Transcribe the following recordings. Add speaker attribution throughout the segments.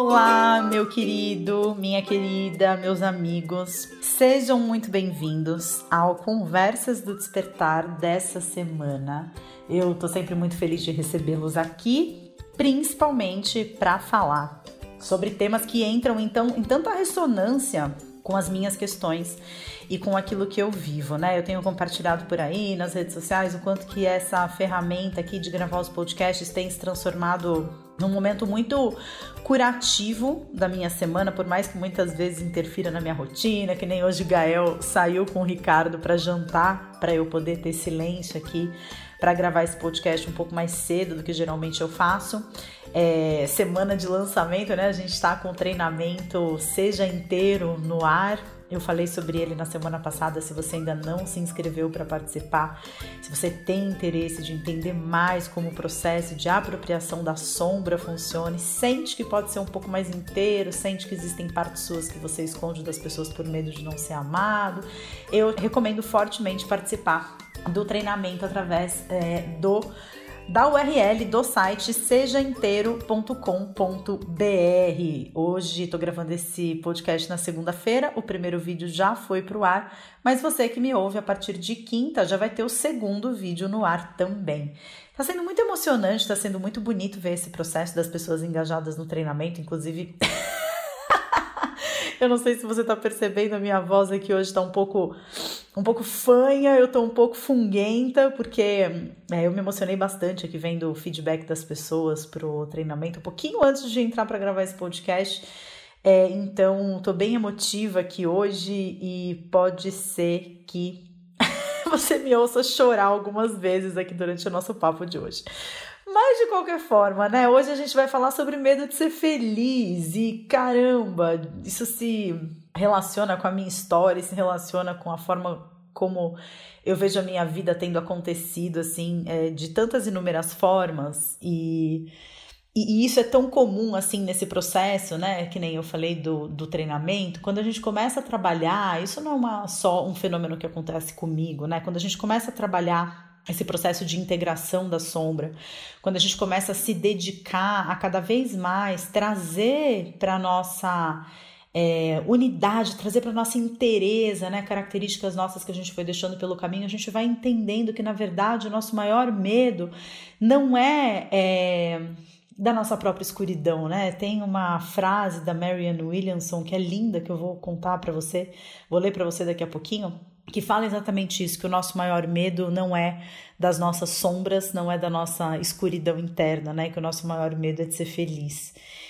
Speaker 1: Olá, meu querido, minha querida, meus amigos. Sejam muito bem-vindos ao Conversas do Despertar dessa semana. Eu tô sempre muito feliz de recebê-los aqui, principalmente para falar sobre temas que entram então em tanta ressonância com as minhas questões e com aquilo que eu vivo, né? Eu tenho compartilhado por aí nas redes sociais o quanto que essa ferramenta aqui de gravar os podcasts tem se transformado num momento muito curativo da minha semana, por mais que muitas vezes interfira na minha rotina, que nem hoje Gael saiu com o Ricardo para jantar, para eu poder ter silêncio aqui, para gravar esse podcast um pouco mais cedo do que geralmente eu faço. Semana de lançamento, né? A gente está com o treinamento Seja Inteiro no ar. Eu falei sobre ele na semana passada. Se você ainda não se inscreveu para participar, se você tem interesse de entender mais como o processo de apropriação da sombra funciona, sente que pode ser um pouco mais inteiro, sente que existem partes suas que você esconde das pessoas por medo de não ser amado, eu recomendo fortemente participar do treinamento através da URL do site sejainteiro.com.br. Hoje estou gravando esse podcast na segunda-feira, o primeiro vídeo já foi para o ar, mas você que me ouve a partir de quinta já vai ter o segundo vídeo no ar também. Tá sendo muito emocionante, tá sendo muito bonito ver esse processo das pessoas engajadas no treinamento, inclusive... Eu não sei se você tá percebendo, a minha voz aqui hoje tá um pouco fanha, eu tô um pouco funguenta, porque eu me emocionei bastante aqui vendo o feedback das pessoas pro treinamento, um pouquinho antes de entrar para gravar esse podcast. Então, tô bem emotiva aqui hoje e pode ser que você me ouça chorar algumas vezes aqui durante o nosso papo de hoje. Mas de qualquer forma, né? Hoje a gente vai falar sobre medo de ser feliz e caramba, isso se relaciona com a minha história, se relaciona com a forma como eu vejo a minha vida tendo acontecido, assim, de tantas inúmeras formas e isso é tão comum, assim, nesse processo, né? Que nem eu falei do treinamento. Quando a gente começa a trabalhar, isso não é só um fenômeno que acontece comigo, né? Quando a gente começa a trabalhar esse processo de integração da sombra, quando a gente começa a se dedicar a cada vez mais trazer para a nossa unidade, trazer para a nossa inteireza, né, características nossas que a gente foi deixando pelo caminho, a gente vai entendendo que, na verdade, o nosso maior medo não é da nossa própria escuridão, né? Tem uma frase da Marianne Williamson que é linda, que eu vou contar para você, vou ler para você daqui a pouquinho, que fala exatamente isso, que o nosso maior medo não é das nossas sombras, não é da nossa escuridão interna, né? Que o nosso maior medo é de ser feliz.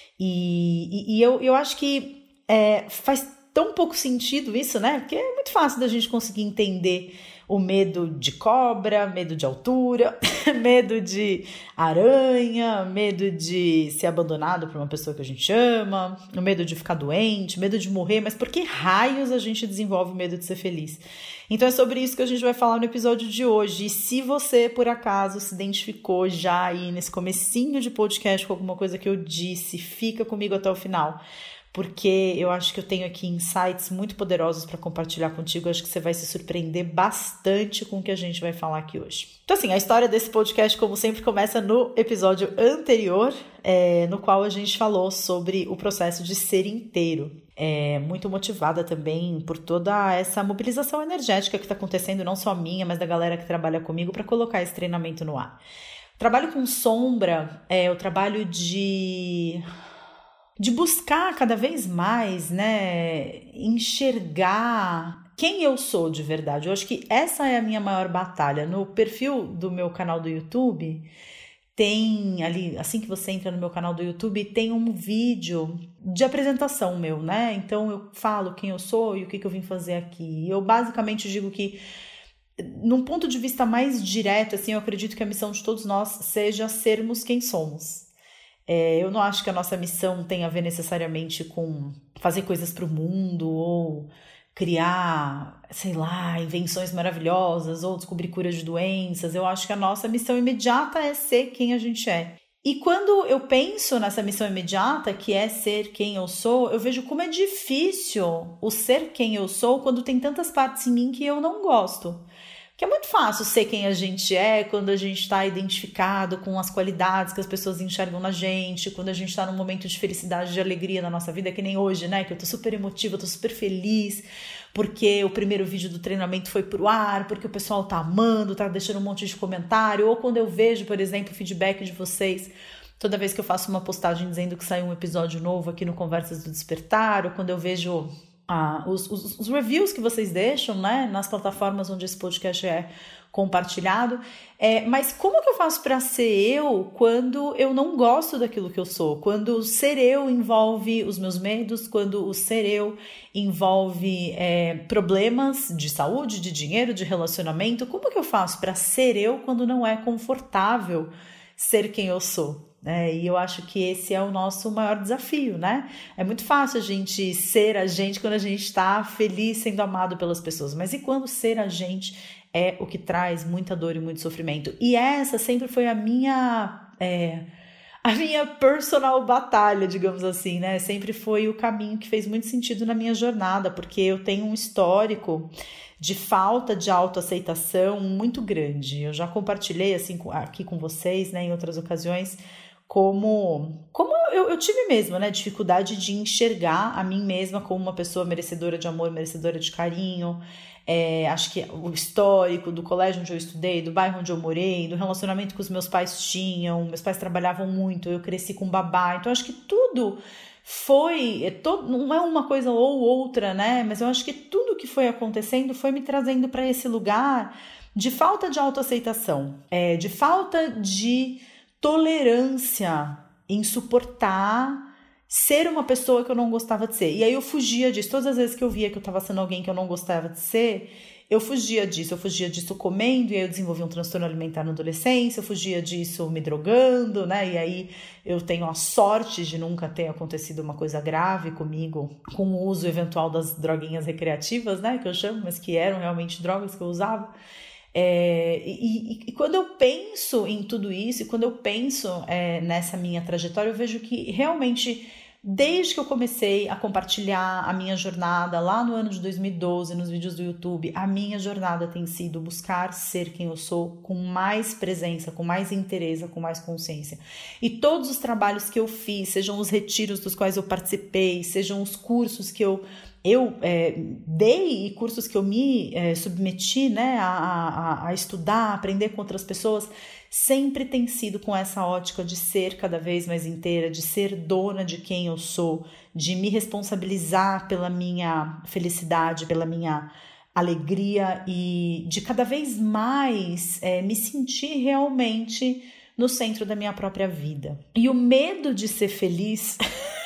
Speaker 1: E eu acho que faz tão pouco sentido isso, né? Porque é muito fácil da gente conseguir entender o medo de cobra, medo de altura, medo de aranha, medo de ser abandonado por uma pessoa que a gente ama, o medo de ficar doente, medo de morrer, mas por que raios a gente desenvolve o medo de ser feliz? Então é sobre isso que a gente vai falar no episódio de hoje. E se você, por acaso, se identificou já aí nesse comecinho de podcast com alguma coisa que eu disse, fica comigo até o final, porque eu acho que eu tenho aqui insights muito poderosos para compartilhar contigo. Eu acho que você vai se surpreender bastante com o que a gente vai falar aqui hoje. Então, assim, a história desse podcast, como sempre, começa no episódio anterior, no qual a gente falou sobre o processo de ser inteiro. Muito motivada também por toda essa mobilização energética que está acontecendo, não só minha, mas da galera que trabalha comigo, para colocar esse treinamento no ar. O trabalho com sombra o trabalho de buscar cada vez mais, né, enxergar quem eu sou de verdade. Eu acho que essa é a minha maior batalha. No perfil do meu canal do YouTube, tem ali, assim que você entra no meu canal do YouTube, tem um vídeo de apresentação meu, né? Então eu falo quem eu sou e o que eu vim fazer aqui. Eu basicamente digo que, num ponto de vista mais direto, assim, eu acredito que a missão de todos nós seja sermos quem somos. Eu não acho que a nossa missão tenha a ver necessariamente com fazer coisas para o mundo ou criar, sei lá, invenções maravilhosas ou descobrir curas de doenças. Eu acho que a nossa missão imediata é ser quem a gente é. E quando eu penso nessa missão imediata, que é ser quem eu sou, eu vejo como é difícil o ser quem eu sou quando tem tantas partes em mim que eu não gosto. Que é muito fácil ser quem a gente é quando a gente está identificado com as qualidades que as pessoas enxergam na gente, quando a gente está num momento de felicidade, de alegria na nossa vida, que nem hoje, né? Que eu tô super emotiva, eu tô super feliz, porque o primeiro vídeo do treinamento foi pro ar, porque o pessoal tá amando, tá deixando um monte de comentário, ou quando eu vejo, por exemplo, o feedback de vocês, toda vez que eu faço uma postagem dizendo que saiu um episódio novo aqui no Conversas do Despertar, ou quando eu vejo os reviews que vocês deixam, né, nas plataformas onde esse podcast é compartilhado. Mas como que eu faço para ser eu quando eu não gosto daquilo que eu sou? Quando ser eu envolve os meus medos, quando o ser eu envolve problemas de saúde, de dinheiro, de relacionamento? Como que eu faço para ser eu quando não é confortável ser quem eu sou? E eu acho que esse é o nosso maior desafio, né? É muito fácil a gente ser a gente quando a gente está feliz sendo amado pelas pessoas, mas e quando ser a gente é o que traz muita dor e muito sofrimento? E essa sempre foi a minha personal batalha, digamos assim, né? Sempre foi o caminho que fez muito sentido na minha jornada, porque eu tenho um histórico de falta de autoaceitação muito grande. Eu já compartilhei assim aqui com vocês, né, em outras ocasiões, como eu tive mesmo, né, dificuldade de enxergar a mim mesma como uma pessoa merecedora de amor, merecedora de carinho. Acho que o histórico do colégio onde eu estudei, do bairro onde eu morei, do relacionamento que os meus pais tinham, meus pais trabalhavam muito, eu cresci com babá, então acho que tudo não é uma coisa ou outra, né, mas eu acho que tudo que foi acontecendo foi me trazendo para esse lugar de falta de autoaceitação, de falta de tolerância em suportar ser uma pessoa que eu não gostava de ser. E aí eu fugia disso. Todas as vezes que eu via que eu estava sendo alguém que eu não gostava de ser, eu fugia disso. Eu fugia disso comendo, e aí eu desenvolvi um transtorno alimentar na adolescência, eu fugia disso me drogando, né? E aí eu tenho a sorte de nunca ter acontecido uma coisa grave comigo, com o uso eventual das droguinhas recreativas, né? Que eu chamo, mas que eram realmente drogas que eu usava. E quando eu penso em tudo isso, e quando eu penso nessa minha trajetória, eu vejo que realmente, desde que eu comecei a compartilhar a minha jornada lá no ano de 2012, nos vídeos do YouTube, a minha jornada tem sido buscar ser quem eu sou com mais presença, com mais interesse, com mais consciência. E todos os trabalhos que eu fiz, sejam os retiros dos quais eu participei, sejam os cursos que eu dei e cursos que eu me submeti, né, a estudar, a aprender com outras pessoas, sempre tem sido com essa ótica de ser cada vez mais inteira, de ser dona de quem eu sou, de me responsabilizar pela minha felicidade, pela minha alegria e de cada vez mais me sentir realmente no centro da minha própria vida. E o medo de ser feliz...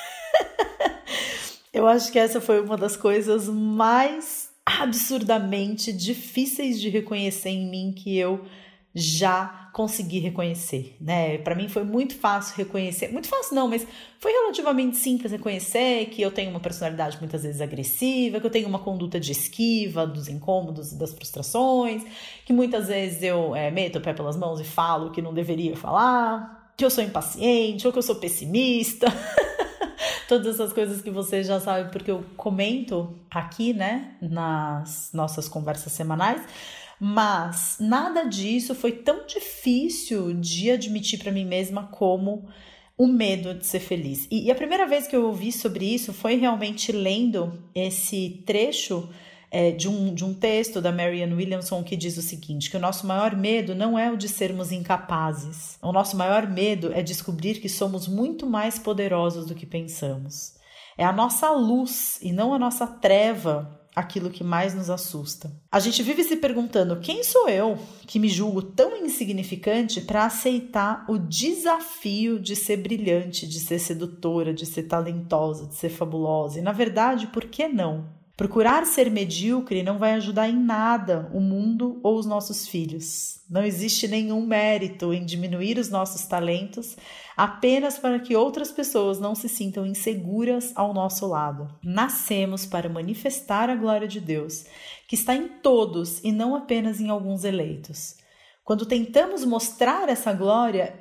Speaker 1: Eu acho que essa foi uma das coisas mais absurdamente difíceis de reconhecer em mim que eu já consegui reconhecer, né? Para mim foi muito fácil reconhecer, muito fácil não, mas foi relativamente simples reconhecer que eu tenho uma personalidade muitas vezes agressiva, que eu tenho uma conduta de esquiva dos incômodos e das frustrações, que muitas vezes eu meto o pé pelas mãos e falo o que não deveria falar, que eu sou impaciente ou que eu sou pessimista... Todas essas coisas que vocês já sabem, porque eu comento aqui, né, nas nossas conversas semanais, mas nada disso foi tão difícil de admitir para mim mesma como o medo de ser feliz. E a primeira vez que eu ouvi sobre isso foi realmente lendo esse trecho de um texto da Marianne Williamson que diz o seguinte, que o nosso maior medo não é o de sermos incapazes. O nosso maior medo é descobrir que somos muito mais poderosos do que pensamos. É a nossa luz e não a nossa treva aquilo que mais nos assusta. A gente vive se perguntando, quem sou eu que me julgo tão insignificante para aceitar o desafio de ser brilhante, de ser sedutora, de ser talentosa, de ser fabulosa? E na verdade, por que não? Procurar ser medíocre não vai ajudar em nada o mundo ou os nossos filhos. Não existe nenhum mérito em diminuir os nossos talentos apenas para que outras pessoas não se sintam inseguras ao nosso lado. Nascemos para manifestar a glória de Deus, que está em todos e não apenas em alguns eleitos. Quando tentamos mostrar essa glória,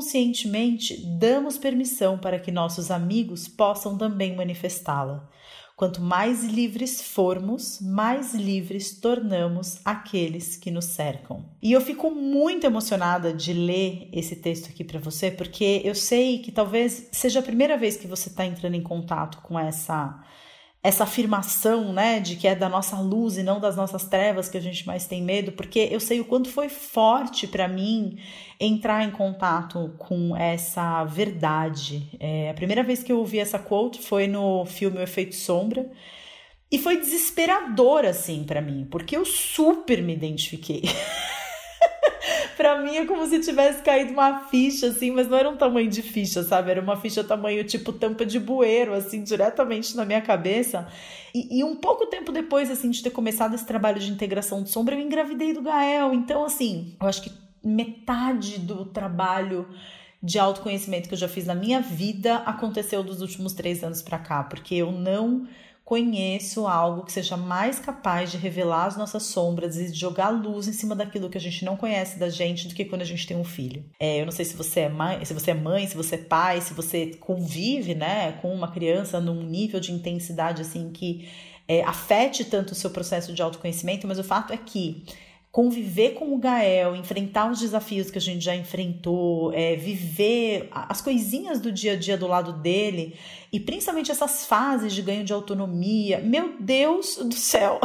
Speaker 1: inconscientemente damos permissão para que nossos amigos possam também manifestá-la. Quanto mais livres formos, mais livres tornamos aqueles que nos cercam. E eu fico muito emocionada de ler esse texto aqui para você, porque eu sei que talvez seja a primeira vez que você está entrando em contato com essa afirmação, né, de que é da nossa luz e não das nossas trevas que a gente mais tem medo, porque eu sei o quanto foi forte para mim entrar em contato com essa verdade. A primeira vez que eu ouvi essa quote foi no filme O Efeito Sombra, e foi desesperador, assim, para mim, porque eu super me identifiquei. Pra mim é como se tivesse caído uma ficha, assim, mas não era um tamanho de ficha, sabe? Era uma ficha tamanho tipo tampa de bueiro, assim, diretamente na minha cabeça. E um pouco tempo depois, assim, de ter começado esse trabalho de integração de sombra, eu engravidei do Gael. Então, assim, eu acho que metade do trabalho de autoconhecimento que eu já fiz na minha vida aconteceu dos últimos 3 anos pra cá, porque eu não conheço algo que seja mais capaz de revelar as nossas sombras e de jogar luz em cima daquilo que a gente não conhece da gente do que quando a gente tem um filho. Eu não sei se você é mãe, se você é pai, se você convive, né, com uma criança num nível de intensidade assim que afete tanto o seu processo de autoconhecimento, mas o fato é que conviver com o Gael, enfrentar os desafios que a gente já enfrentou, viver as coisinhas do dia a dia do lado dele, e principalmente essas fases de ganho de autonomia, meu Deus do céu!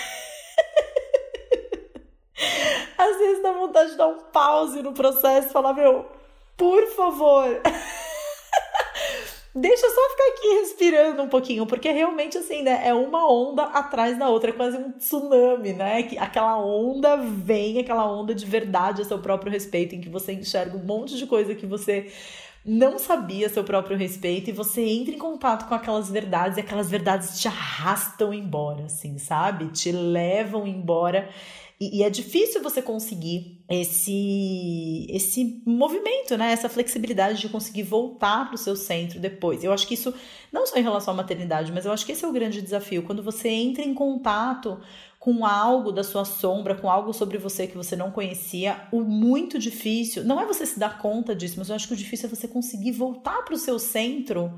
Speaker 1: Às vezes dá vontade de dar um pause no processo e falar, por favor... Deixa eu só ficar aqui respirando um pouquinho, porque realmente, assim, né, é uma onda atrás da outra, é quase um tsunami, né, que aquela onda vem, aquela onda de verdade a seu próprio respeito, em que você enxerga um monte de coisa que você não sabia a seu próprio respeito, e você entra em contato com aquelas verdades, e aquelas verdades te arrastam embora, assim, sabe? Te levam embora. E é difícil você conseguir esse movimento, né? Essa flexibilidade de conseguir voltar para o seu centro depois. Eu acho que isso, não só em relação à maternidade, mas eu acho que esse é o grande desafio. Quando você entra em contato com algo da sua sombra, com algo sobre você que você não conhecia, o muito difícil, não é você se dar conta disso, mas eu acho que o difícil é você conseguir voltar para o seu centro,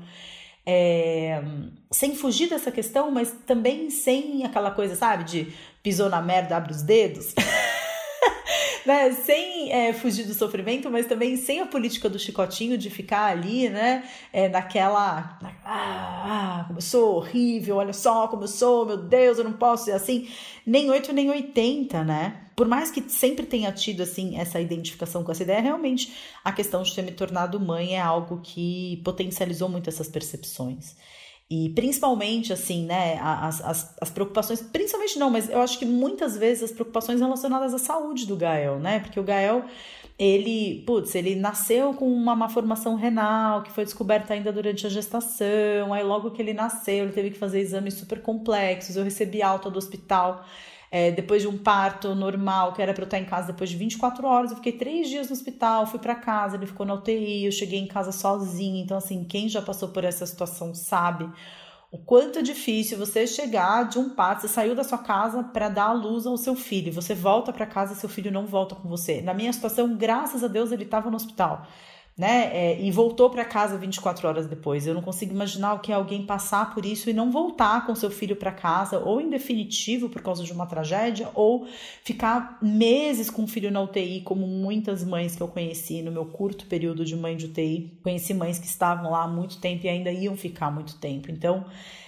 Speaker 1: sem fugir dessa questão, mas também sem aquela coisa, sabe, de pisou na merda, abre os dedos, né? Sem fugir do sofrimento, mas também sem a política do chicotinho de ficar ali, né, naquela, como eu sou horrível, olha só como eu sou, meu Deus, eu não posso ser assim, nem 8 nem 80, né? Por mais que sempre tenha tido, assim, essa identificação com essa ideia, realmente a questão de ter me tornado mãe é algo que potencializou muito essas percepções. E principalmente, assim, né, as preocupações, principalmente não, mas eu acho que muitas vezes as preocupações relacionadas à saúde do Gael, né, porque o Gael, ele nasceu com uma má formação renal, que foi descoberta ainda durante a gestação, aí logo que ele nasceu, ele teve que fazer exames super complexos, eu recebi alta do hospital, depois de um parto normal, que era para eu estar em casa depois de 24 horas, eu fiquei 3 dias no hospital, fui para casa, ele ficou na UTI, eu cheguei em casa sozinha. Então, assim, quem já passou por essa situação sabe o quanto é difícil você chegar de um parto, você saiu da sua casa para dar à luz ao seu filho, você volta para casa e seu filho não volta com você. Na minha situação, graças a Deus, ele estava no hospital, né? E voltou para casa 24 horas depois. Eu não consigo imaginar o que é alguém passar por isso e não voltar com seu filho para casa, ou em definitivo por causa de uma tragédia, ou ficar meses com o filho na UTI, como muitas mães que eu conheci no meu curto período de mãe de UTI. Conheci mães que estavam lá há muito tempo e ainda iam ficar muito tempo. Então,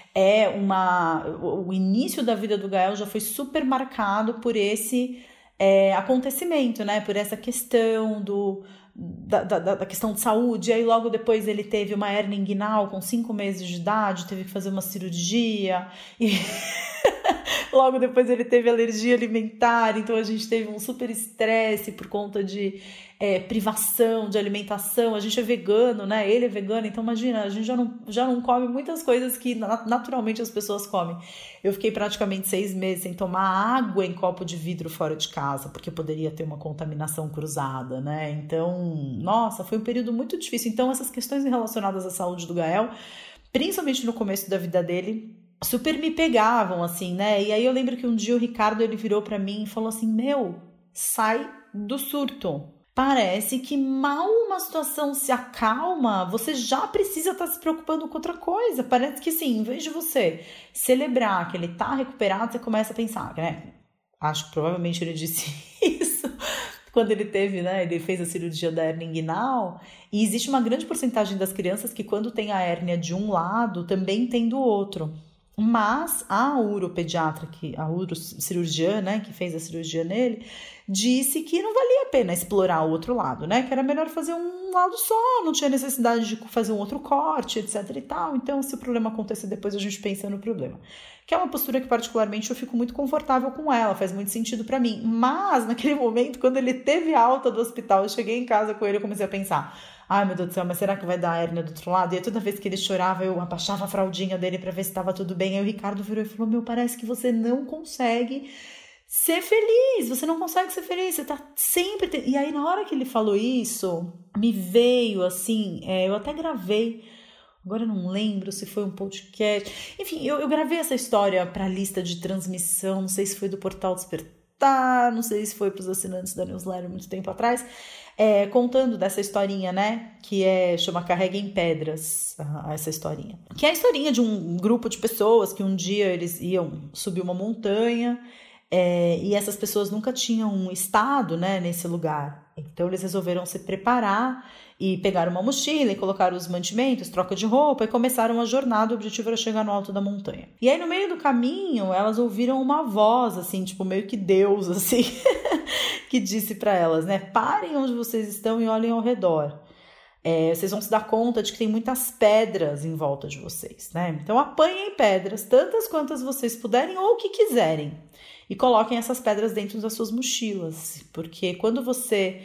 Speaker 1: o início da vida do Gael já foi super marcado por esse acontecimento, né? Por essa questão da questão de saúde. E aí logo depois ele teve uma hérnia inguinal com 5 meses de idade, teve que fazer uma cirurgia, e logo depois ele teve alergia alimentar, então a gente teve um super estresse por conta de privação de alimentação. A gente é vegano, né? Ele é vegano, então imagina, a gente já não come muitas coisas que naturalmente as pessoas comem. Eu fiquei praticamente 6 meses sem tomar água em copo de vidro fora de casa, porque poderia ter uma contaminação cruzada, né? Então, nossa, foi um período muito difícil. Então, essas questões relacionadas à saúde do Gael, principalmente no começo da vida dele, super me pegavam, assim, né? E aí eu lembro que um dia o Ricardo, ele virou pra mim e falou assim, sai do surto. Parece que mal uma situação se acalma, você já precisa estar se preocupando com outra coisa. Parece que sim, em vez de você celebrar que ele tá recuperado, você começa a pensar, né? Acho que provavelmente ele disse isso quando ele teve, né? Ele fez a cirurgia da hérnia inguinal. E existe uma grande porcentagem das crianças que quando tem a hérnia de um lado, também tem do outro. Mas a uropediatra, a urocirurgiã, né, que fez a cirurgia nele, disse que não valia a pena explorar o outro lado, né, que era melhor fazer um lado só, não tinha necessidade de fazer um outro corte, etc e tal. Então, se o problema acontecer depois, a gente pensa no problema. Que é uma postura que, particularmente, eu fico muito confortável com ela, faz muito sentido pra mim. Mas, naquele momento, quando ele teve alta do hospital, eu cheguei em casa com ele e comecei a pensar: ai, meu Deus do céu, mas será que vai dar hérnia do outro lado? E aí, toda vez que ele chorava, eu abaixava a fraldinha dele pra ver se tava tudo bem. Aí o Ricardo virou e falou: meu, parece que você não consegue ser feliz, você não consegue ser feliz, você tá sempre... E aí, na hora que ele falou isso, me veio, assim, eu até gravei, agora eu não lembro se foi um podcast. Enfim, eu gravei essa história pra lista de transmissão, não sei se foi do Portal Despertar, não sei se foi pros assinantes da newsletter muito tempo atrás, contando dessa historinha, né, que chama Carreguem Pedras, essa historinha. Que é a historinha de um grupo de pessoas que um dia eles iam subir uma montanha, e essas pessoas nunca tinham estado, né, nesse lugar. Então eles resolveram se preparar e pegaram uma mochila e colocaram os mantimentos, troca de roupa e começaram a jornada. O objetivo era chegar no alto da montanha. E aí no meio do caminho elas ouviram uma voz, assim, tipo meio que Deus, assim, que disse para elas, né, parem onde vocês estão e olhem ao redor. Vocês vão se dar conta de que tem muitas pedras em volta de vocês, né? Então apanhem pedras, tantas quantas vocês puderem ou que quiserem, e coloquem essas pedras dentro das suas mochilas, porque quando você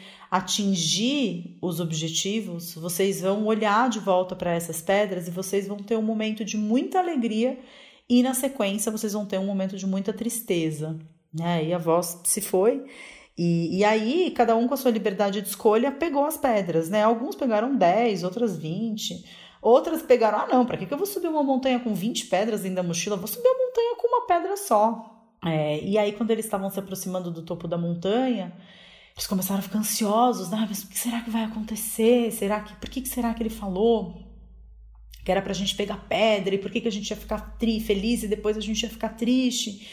Speaker 1: atingir os objetivos, vocês vão olhar de volta para essas pedras e vocês vão ter um momento de muita alegria e na sequência vocês vão ter um momento de muita tristeza, né? E a voz se foi. E aí, cada um com a sua liberdade de escolha pegou as pedras, né? Alguns pegaram 10, outras 20. Outras pegaram, não, pra que eu vou subir uma montanha com 20 pedras dentro da mochila? Eu vou subir a montanha com uma pedra só. E aí, quando eles estavam se aproximando do topo da montanha, eles começaram a ficar ansiosos, né? Mas o que será que vai acontecer? Por que será que ele falou que era pra gente pegar pedra? E por que a gente ia ficar feliz e depois a gente ia ficar triste?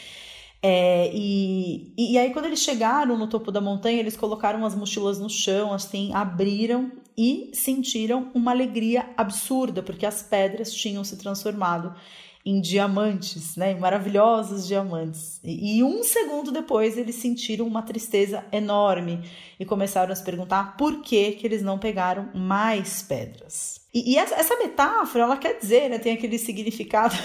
Speaker 1: E aí quando eles chegaram no topo da montanha, eles colocaram as mochilas no chão, assim, abriram e sentiram uma alegria absurda, porque as pedras tinham se transformado em diamantes, né, em maravilhosos diamantes. E um segundo depois eles sentiram uma tristeza enorme e começaram a se perguntar por que eles não pegaram mais pedras. E essa metáfora, ela quer dizer, né, tem aquele significado...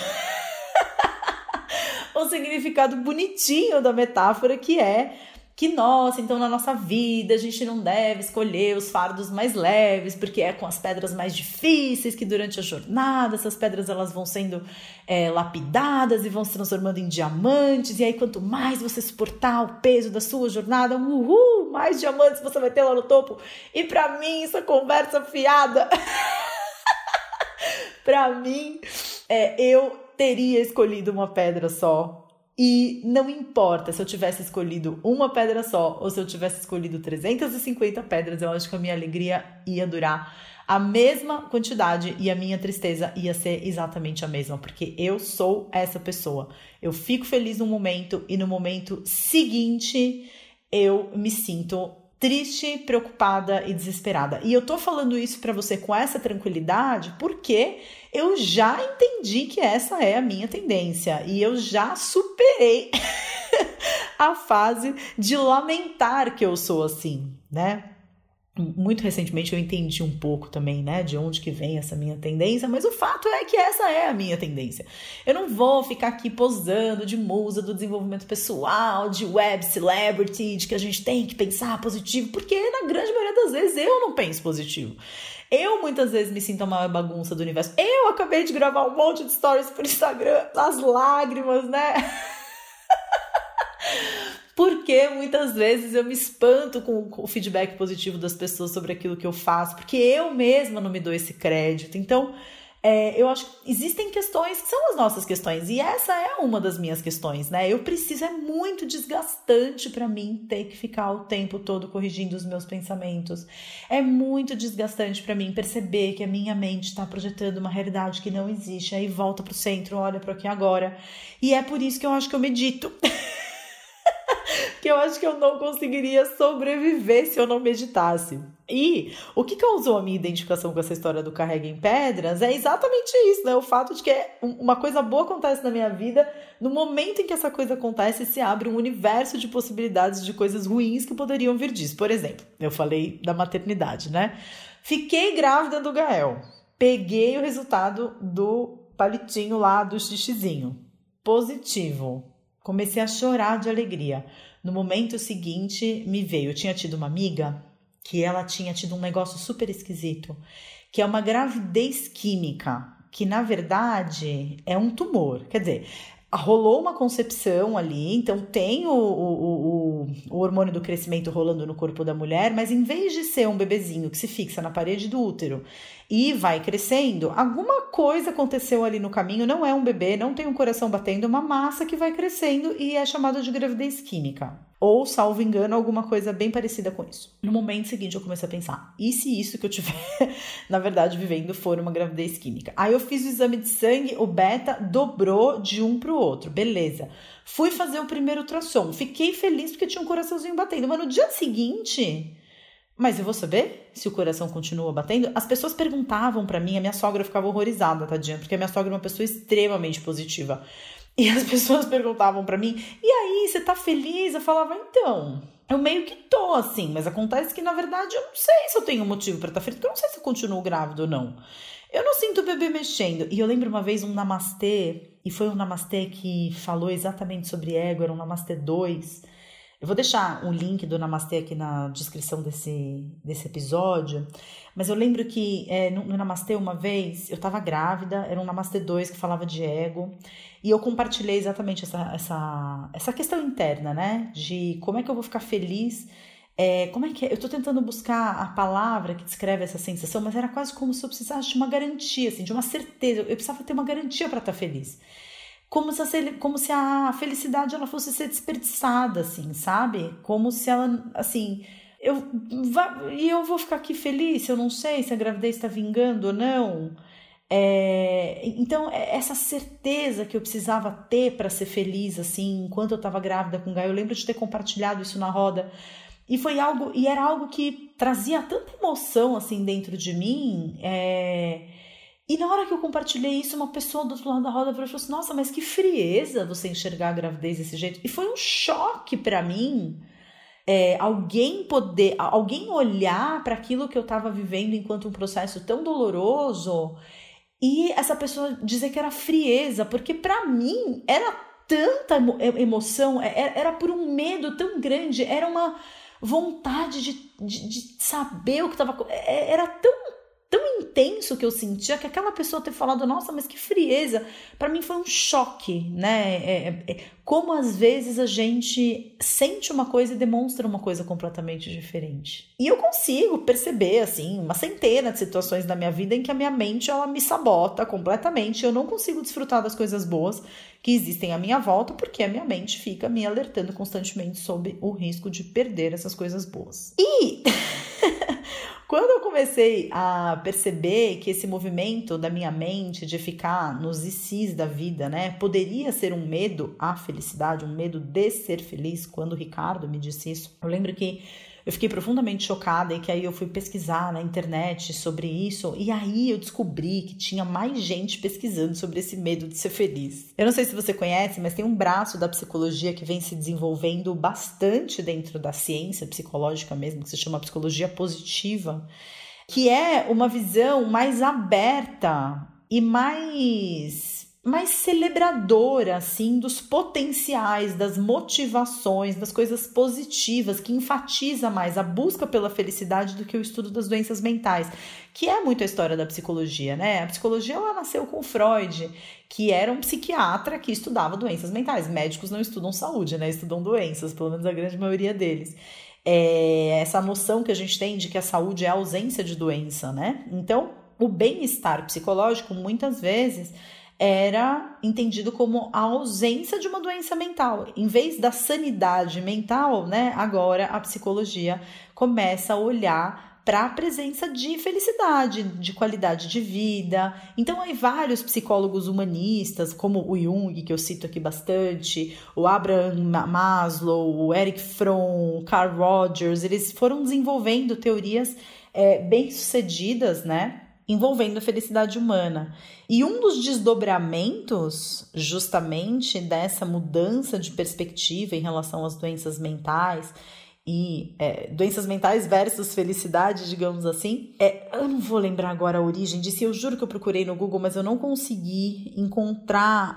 Speaker 1: o significado bonitinho da metáfora, que é que, nossa, então na nossa vida a gente não deve escolher os fardos mais leves, porque é com as pedras mais difíceis que durante a jornada essas pedras elas vão sendo lapidadas e vão se transformando em diamantes, e aí quanto mais você suportar o peso da sua jornada, mais diamantes você vai ter lá no topo. E pra mim, essa conversa fiada, pra mim, eu teria escolhido uma pedra só. E não importa se eu tivesse escolhido uma pedra só ou se eu tivesse escolhido 350 pedras, eu acho que a minha alegria ia durar a mesma quantidade e a minha tristeza ia ser exatamente a mesma, porque eu sou essa pessoa. Eu fico feliz no momento e no momento seguinte eu me sinto triste, preocupada e desesperada. E eu tô falando isso pra você com essa tranquilidade porque eu já entendi que essa é a minha tendência e eu já superei a fase de lamentar que eu sou assim, né? Muito recentemente eu entendi um pouco também, né, de onde que vem essa minha tendência, mas o fato é que essa é a minha tendência. Eu não vou ficar aqui posando de musa do desenvolvimento pessoal, de web celebrity, de que a gente tem que pensar positivo, porque na grande maioria das vezes eu não penso positivo. Eu muitas vezes me sinto a maior bagunça do universo. Eu acabei de gravar um monte de stories por Instagram, as lágrimas, né? Porque muitas vezes eu me espanto com o feedback positivo das pessoas sobre aquilo que eu faço, porque eu mesma não me dou esse crédito. Então, eu acho que existem questões que são as nossas questões, e essa é uma das minhas questões, né? Eu preciso, é muito desgastante para mim ter que ficar o tempo todo corrigindo os meus pensamentos. É muito desgastante para mim perceber que a minha mente está projetando uma realidade que não existe, aí volta pro centro, olha pro aqui e agora. E é por isso que eu acho que eu medito. Que eu acho que eu não conseguiria sobreviver se eu não meditasse. E o que causou a minha identificação com essa história do Carrega em Pedras é exatamente isso, né? O fato de que uma coisa boa acontece na minha vida, no momento em que essa coisa acontece, se abre um universo de possibilidades de coisas ruins que poderiam vir disso. Por exemplo, eu falei da maternidade, né? Fiquei grávida do Gael. Peguei o resultado do palitinho lá, do xixizinho. Positivo. Comecei a chorar de alegria. No momento seguinte, me veio. Eu tinha tido uma amiga que ela tinha tido um negócio super esquisito, que é uma gravidez química, que na verdade é um tumor. Quer dizer, rolou uma concepção ali, então tem o hormônio do crescimento rolando no corpo da mulher, mas em vez de ser um bebezinho que se fixa na parede do útero e vai crescendo, alguma coisa aconteceu ali no caminho, não é um bebê, não tem um coração batendo, é uma massa que vai crescendo e é chamada de gravidez química. Ou, salvo engano, alguma coisa bem parecida com isso. No momento seguinte eu comecei a pensar, e se isso que eu tiver, na verdade, vivendo for uma gravidez química? Aí eu fiz o exame de sangue, o beta dobrou de um pro outro, beleza. Fui fazer o primeiro ultrassom, fiquei feliz porque tinha um coraçãozinho batendo, mas no dia seguinte... Mas eu vou saber se o coração continua batendo? As pessoas perguntavam pra mim, a minha sogra ficava horrorizada, tadinha, porque a minha sogra é uma pessoa extremamente positiva. E as pessoas perguntavam pra mim, e aí, você tá feliz? Eu falava, então, eu meio que tô assim, mas acontece que na verdade eu não sei se eu tenho motivo pra estar feliz, porque eu não sei se eu continuo grávida ou não. Eu não sinto o bebê mexendo. E eu lembro uma vez um namastê, e foi um namastê que falou exatamente sobre ego, era um namastê 2. Eu vou deixar o link do Namastê aqui na descrição desse episódio, mas eu lembro que no Namastê uma vez eu estava grávida, era um Namastê 2 que falava de ego, e eu compartilhei exatamente essa questão interna, né, de como é que eu vou ficar feliz, como é que é? Eu estou tentando buscar a palavra que descreve essa sensação, mas era quase como se eu precisasse de uma garantia, assim, de uma certeza, eu precisava ter uma garantia para estar feliz. Como se a felicidade ela fosse ser desperdiçada, assim, sabe? Como se ela, assim... eu vou ficar aqui feliz se eu não sei se a gravidez está vingando ou não. Então, essa certeza que eu precisava ter para ser feliz, assim, enquanto eu estava grávida com o Gaio, eu lembro de ter compartilhado isso na roda. E era algo que trazia tanta emoção, assim, dentro de mim... E na hora que eu compartilhei isso, uma pessoa do outro lado da roda falou assim, nossa, mas que frieza você enxergar a gravidez desse jeito. E foi um choque para mim, alguém olhar para aquilo que eu estava vivendo enquanto um processo tão doloroso e essa pessoa dizer que era frieza, porque para mim era tanta emoção, era por um medo tão grande, era uma vontade de saber o que estava... Era tão intenso que eu sentia, que aquela pessoa ter falado, nossa, mas que frieza, para mim foi um choque, né? Como às vezes a gente sente uma coisa e demonstra uma coisa completamente diferente. E eu consigo perceber, assim, uma centena de situações na minha vida em que a minha mente, ela me sabota completamente, eu não consigo desfrutar das coisas boas que existem à minha volta, porque a minha mente fica me alertando constantemente sobre o risco de perder essas coisas boas. E... Quando eu comecei a perceber que esse movimento da minha mente de ficar nos ICs da vida, né, poderia ser um medo à felicidade, um medo de ser feliz, quando o Ricardo me disse isso, eu lembro que eu fiquei profundamente chocada e que aí eu fui pesquisar na internet sobre isso e aí eu descobri que tinha mais gente pesquisando sobre esse medo de ser feliz. Eu não sei se você conhece, mas tem um braço da psicologia que vem se desenvolvendo bastante dentro da ciência psicológica mesmo, que se chama psicologia positiva, que é uma visão mais aberta e mais celebradora, assim, dos potenciais, das motivações, das coisas positivas, que enfatiza mais a busca pela felicidade do que o estudo das doenças mentais, que é muito a história da psicologia, né? A psicologia, ela nasceu com Freud, que era um psiquiatra que estudava doenças mentais. Médicos não estudam saúde, né? Estudam doenças, pelo menos a grande maioria deles. Essa noção que a gente tem de que a saúde é a ausência de doença, né? Então, o bem-estar psicológico, muitas vezes, era entendido como a ausência de uma doença mental. Em vez da sanidade mental, né, agora a psicologia começa a olhar para a presença de felicidade, de qualidade de vida. Então, aí vários psicólogos humanistas, como o Jung, que eu cito aqui bastante, o Abraham Maslow, o Erich Fromm, o Carl Rogers, eles foram desenvolvendo teorias bem-sucedidas, né, envolvendo a felicidade humana. E um dos desdobramentos, justamente, dessa mudança de perspectiva em relação às doenças mentais, e doenças mentais versus felicidade, digamos assim. Eu não vou lembrar agora a origem disso, eu juro que eu procurei no Google, mas eu não consegui encontrar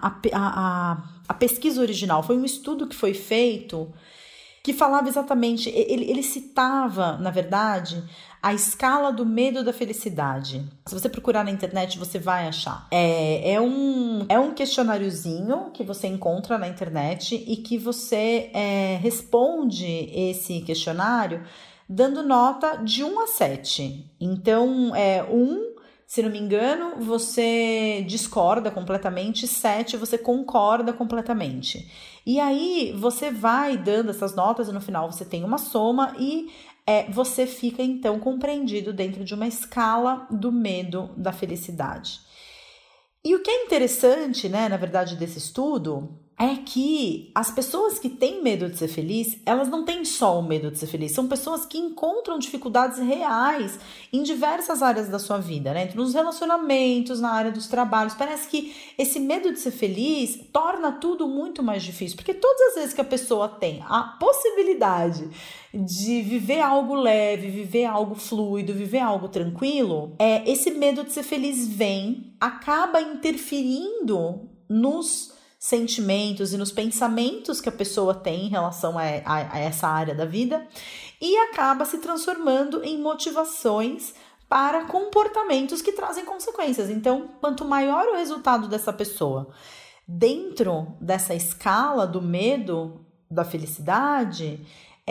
Speaker 1: a pesquisa original. Foi um estudo que foi feito que falava exatamente, ele citava, na verdade, a escala do medo da felicidade. Se você procurar na internet, você vai achar. É um questionáriozinho que você encontra na internet e que você responde esse questionário dando nota de 1 a 7. Então, 1, se não me engano, você discorda completamente, 7, você concorda completamente. E aí, você vai dando essas notas e no final você tem uma soma e você fica, então, compreendido dentro de uma escala do medo da felicidade. E o que é interessante, né, na verdade, desse estudo é que as pessoas que têm medo de ser feliz, elas não têm só o medo de ser feliz, são pessoas que encontram dificuldades reais em diversas áreas da sua vida, né? Nos relacionamentos, na área dos trabalhos. Parece que esse medo de ser feliz torna tudo muito mais difícil, porque todas as vezes que a pessoa tem a possibilidade de viver algo leve, viver algo fluido, viver algo tranquilo, esse medo de ser feliz acaba interferindo nos sentimentos e nos pensamentos que a pessoa tem em relação a essa área da vida e acaba se transformando em motivações para comportamentos que trazem consequências. Então, quanto maior o resultado dessa pessoa dentro dessa escala do medo da felicidade,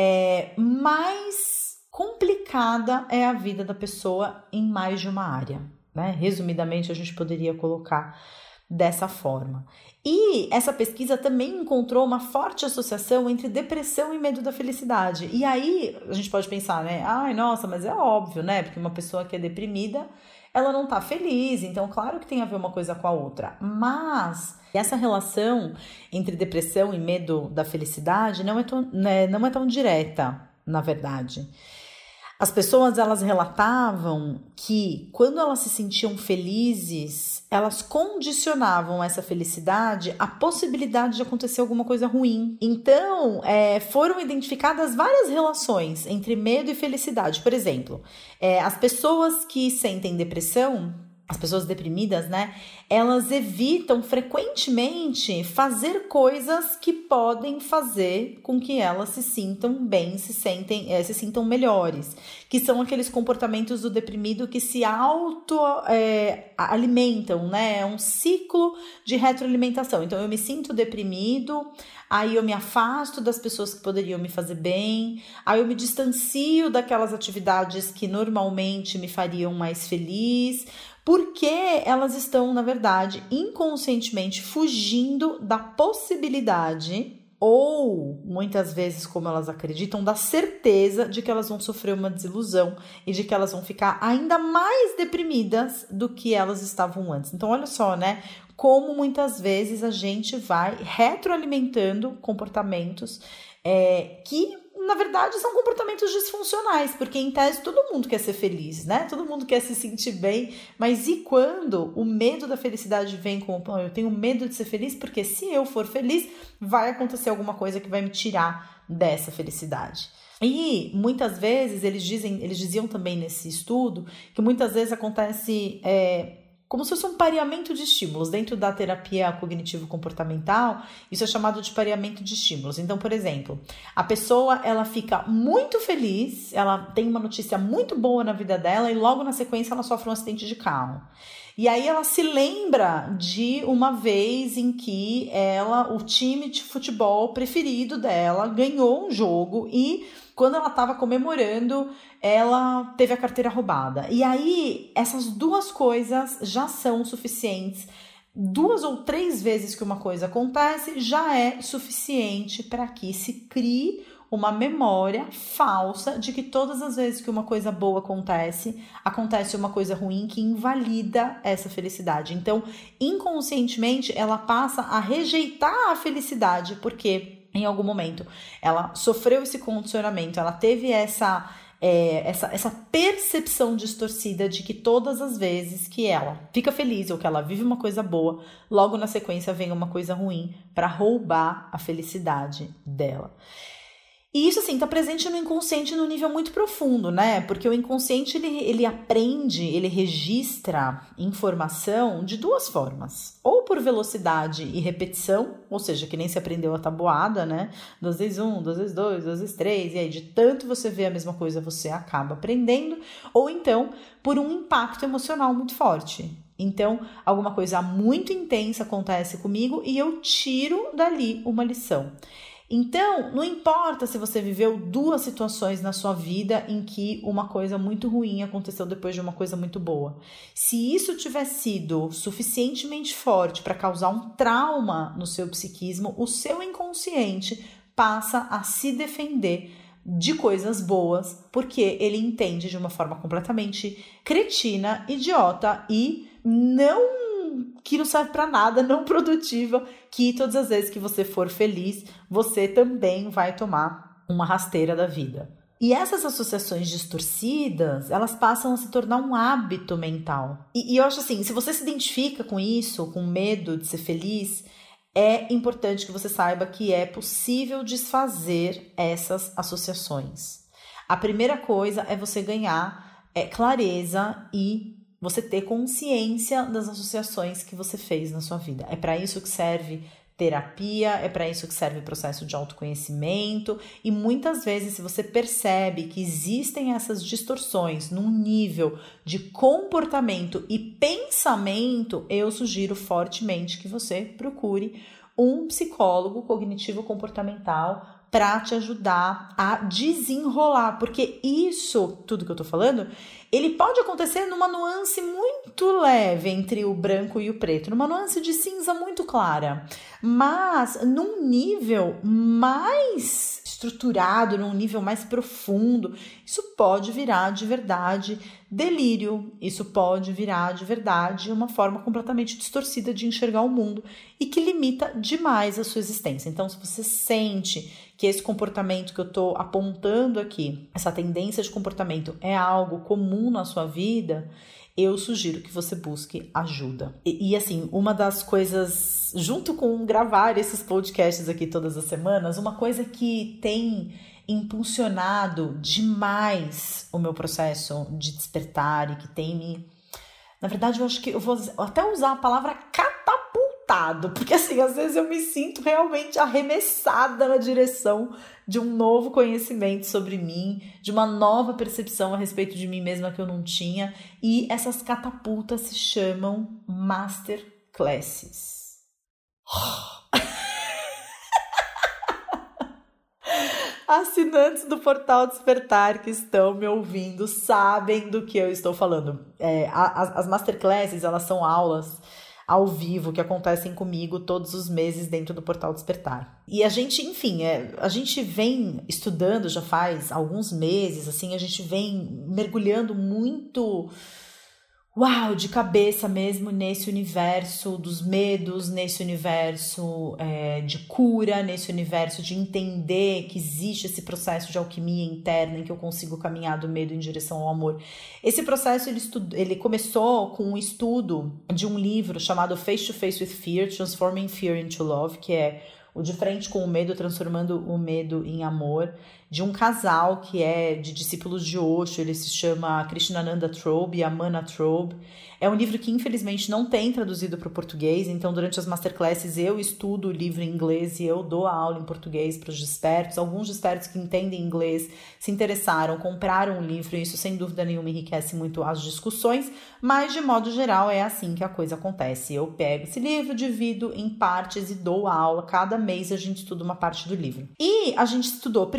Speaker 1: mais complicada é a vida da pessoa em mais de uma área, né? Resumidamente, a gente poderia colocar dessa forma. E essa pesquisa também encontrou uma forte associação entre depressão e medo da felicidade. E aí a gente pode pensar, né? Ai, nossa, mas é óbvio, né? Porque uma pessoa que é deprimida, ela não tá feliz, então claro que tem a ver uma coisa com a outra. Mas essa relação entre depressão e medo da felicidade não é tão direta, na verdade. As pessoas, elas relatavam que quando elas se sentiam felizes, elas condicionavam essa felicidade à possibilidade de acontecer alguma coisa ruim. Então, foram identificadas várias relações entre medo e felicidade. Por exemplo, as pessoas que sentem depressão, as pessoas deprimidas, né? Elas evitam frequentemente fazer coisas que podem fazer com que elas se sintam bem, se sintam melhores. Que são aqueles comportamentos do deprimido que se alimentam, né? É um ciclo de retroalimentação. Então, eu me sinto deprimido, aí eu me afasto das pessoas que poderiam me fazer bem, aí eu me distancio daquelas atividades que normalmente me fariam mais feliz, porque elas estão, na verdade, inconscientemente fugindo da possibilidade, ou muitas vezes, como elas acreditam, da certeza de que elas vão sofrer uma desilusão e de que elas vão ficar ainda mais deprimidas do que elas estavam antes. Então, olha só, né? Como muitas vezes a gente vai retroalimentando comportamentos que, na verdade, são comportamentos disfuncionais, porque em tese todo mundo quer ser feliz, né? Todo mundo quer se sentir bem, mas e quando o medo da felicidade vem como, eu tenho medo de ser feliz, porque se eu for feliz, vai acontecer alguma coisa que vai me tirar dessa felicidade. E muitas vezes eles diziam também nesse estudo que muitas vezes acontece como se fosse um pareamento de estímulos. Dentro da terapia cognitivo-comportamental, isso é chamado de pareamento de estímulos. Então, por exemplo, a pessoa ela fica muito feliz, ela tem uma notícia muito boa na vida dela e logo na sequência ela sofre um acidente de carro. E aí ela se lembra de uma vez em que o time de futebol preferido dela ganhou um jogo e quando ela estava comemorando, ela teve a carteira roubada. E aí, essas duas coisas já são suficientes. 2 ou 3 vezes que uma coisa acontece já é suficiente para que se crie uma memória falsa de que todas as vezes que uma coisa boa acontece uma coisa ruim que invalida essa felicidade. Então, inconscientemente, ela passa a rejeitar a felicidade, porque em algum momento ela sofreu esse condicionamento, ela teve essa percepção distorcida de que todas as vezes que ela fica feliz ou que ela vive uma coisa boa, logo na sequência vem uma coisa ruim para roubar a felicidade dela. E isso, assim, tá presente no inconsciente num nível muito profundo, né? Porque o inconsciente, ele aprende, ele registra informação de 2 formas. Ou por velocidade e repetição, ou seja, que nem se aprendeu a tabuada, né? 2 vezes 1, 2 vezes 2, 2 vezes 3, e aí de tanto você vê a mesma coisa, você acaba aprendendo. Ou então, por um impacto emocional muito forte. Então, alguma coisa muito intensa acontece comigo e eu tiro dali uma lição. Então, não importa se você viveu 2 situações na sua vida em que uma coisa muito ruim aconteceu depois de uma coisa muito boa. Se isso tiver sido suficientemente forte para causar um trauma no seu psiquismo, o seu inconsciente passa a se defender de coisas boas, porque ele entende de uma forma completamente cretina, idiota e que não serve para nada, não produtiva, que todas as vezes que você for feliz, você também vai tomar uma rasteira da vida. E essas associações distorcidas, elas passam a se tornar um hábito mental. E eu acho assim, se você se identifica com isso, com medo de ser feliz, é importante que você saiba que é possível desfazer essas associações. A primeira coisa é você ganhar clareza e você ter consciência das associações que você fez na sua vida. É para isso que serve terapia, é para isso que serve o processo de autoconhecimento. E muitas vezes, se você percebe que existem essas distorções num nível de comportamento e pensamento, eu sugiro fortemente que você procure um psicólogo cognitivo-comportamental para te ajudar a desenrolar, porque isso, tudo que eu tô falando, ele pode acontecer numa nuance muito leve entre o branco e o preto, numa nuance de cinza muito clara, mas num nível mais estruturado, num nível mais profundo, isso pode virar de verdade delírio, isso pode virar de verdade uma forma completamente distorcida de enxergar o mundo e que limita demais a sua existência. Então, se você sente que esse comportamento que eu estou apontando aqui, essa tendência de comportamento é algo comum na sua vida, eu sugiro que você busque ajuda. E assim, uma das coisas, junto com gravar esses podcasts aqui todas as semanas, uma coisa que tem impulsionado demais o meu processo de despertar e que tem me... Na verdade, eu acho que eu vou até usar a palavra catapultado, porque assim, às vezes eu me sinto realmente arremessada na direção de um novo conhecimento sobre mim, de uma nova percepção a respeito de mim mesma que eu não tinha, e essas catapultas se chamam Masterclasses. Assinantes do Portal Despertar que estão me ouvindo sabem do que eu estou falando. As Masterclasses, elas são aulas ao vivo que acontecem comigo todos os meses dentro do Portal Despertar. E a gente, enfim, a gente vem estudando já faz alguns meses, assim, a gente vem mergulhando muito... de cabeça mesmo nesse universo dos medos, nesse universo de cura, nesse universo de entender que existe esse processo de alquimia interna em que eu consigo caminhar do medo em direção ao amor. Esse processo ele começou com um estudo de um livro chamado Face to Face with Fear, Transforming Fear into Love, que é o De Frente com o Medo, Transformando o Medo em Amor, de um casal que é de discípulos de Osho. Ele se chama Krishnananda Trobe e Amana Trobe. É um livro que infelizmente não tem traduzido para o português, então durante as masterclasses eu estudo o livro em inglês e eu dou a aula em português para os despertos. Alguns despertos que entendem inglês se interessaram, compraram o livro, e isso sem dúvida nenhuma enriquece muito as discussões, mas de modo geral é assim que a coisa acontece. Eu pego esse livro, divido em partes e dou a aula. Cada mês a gente estuda uma parte do livro. E a gente estudou primeiro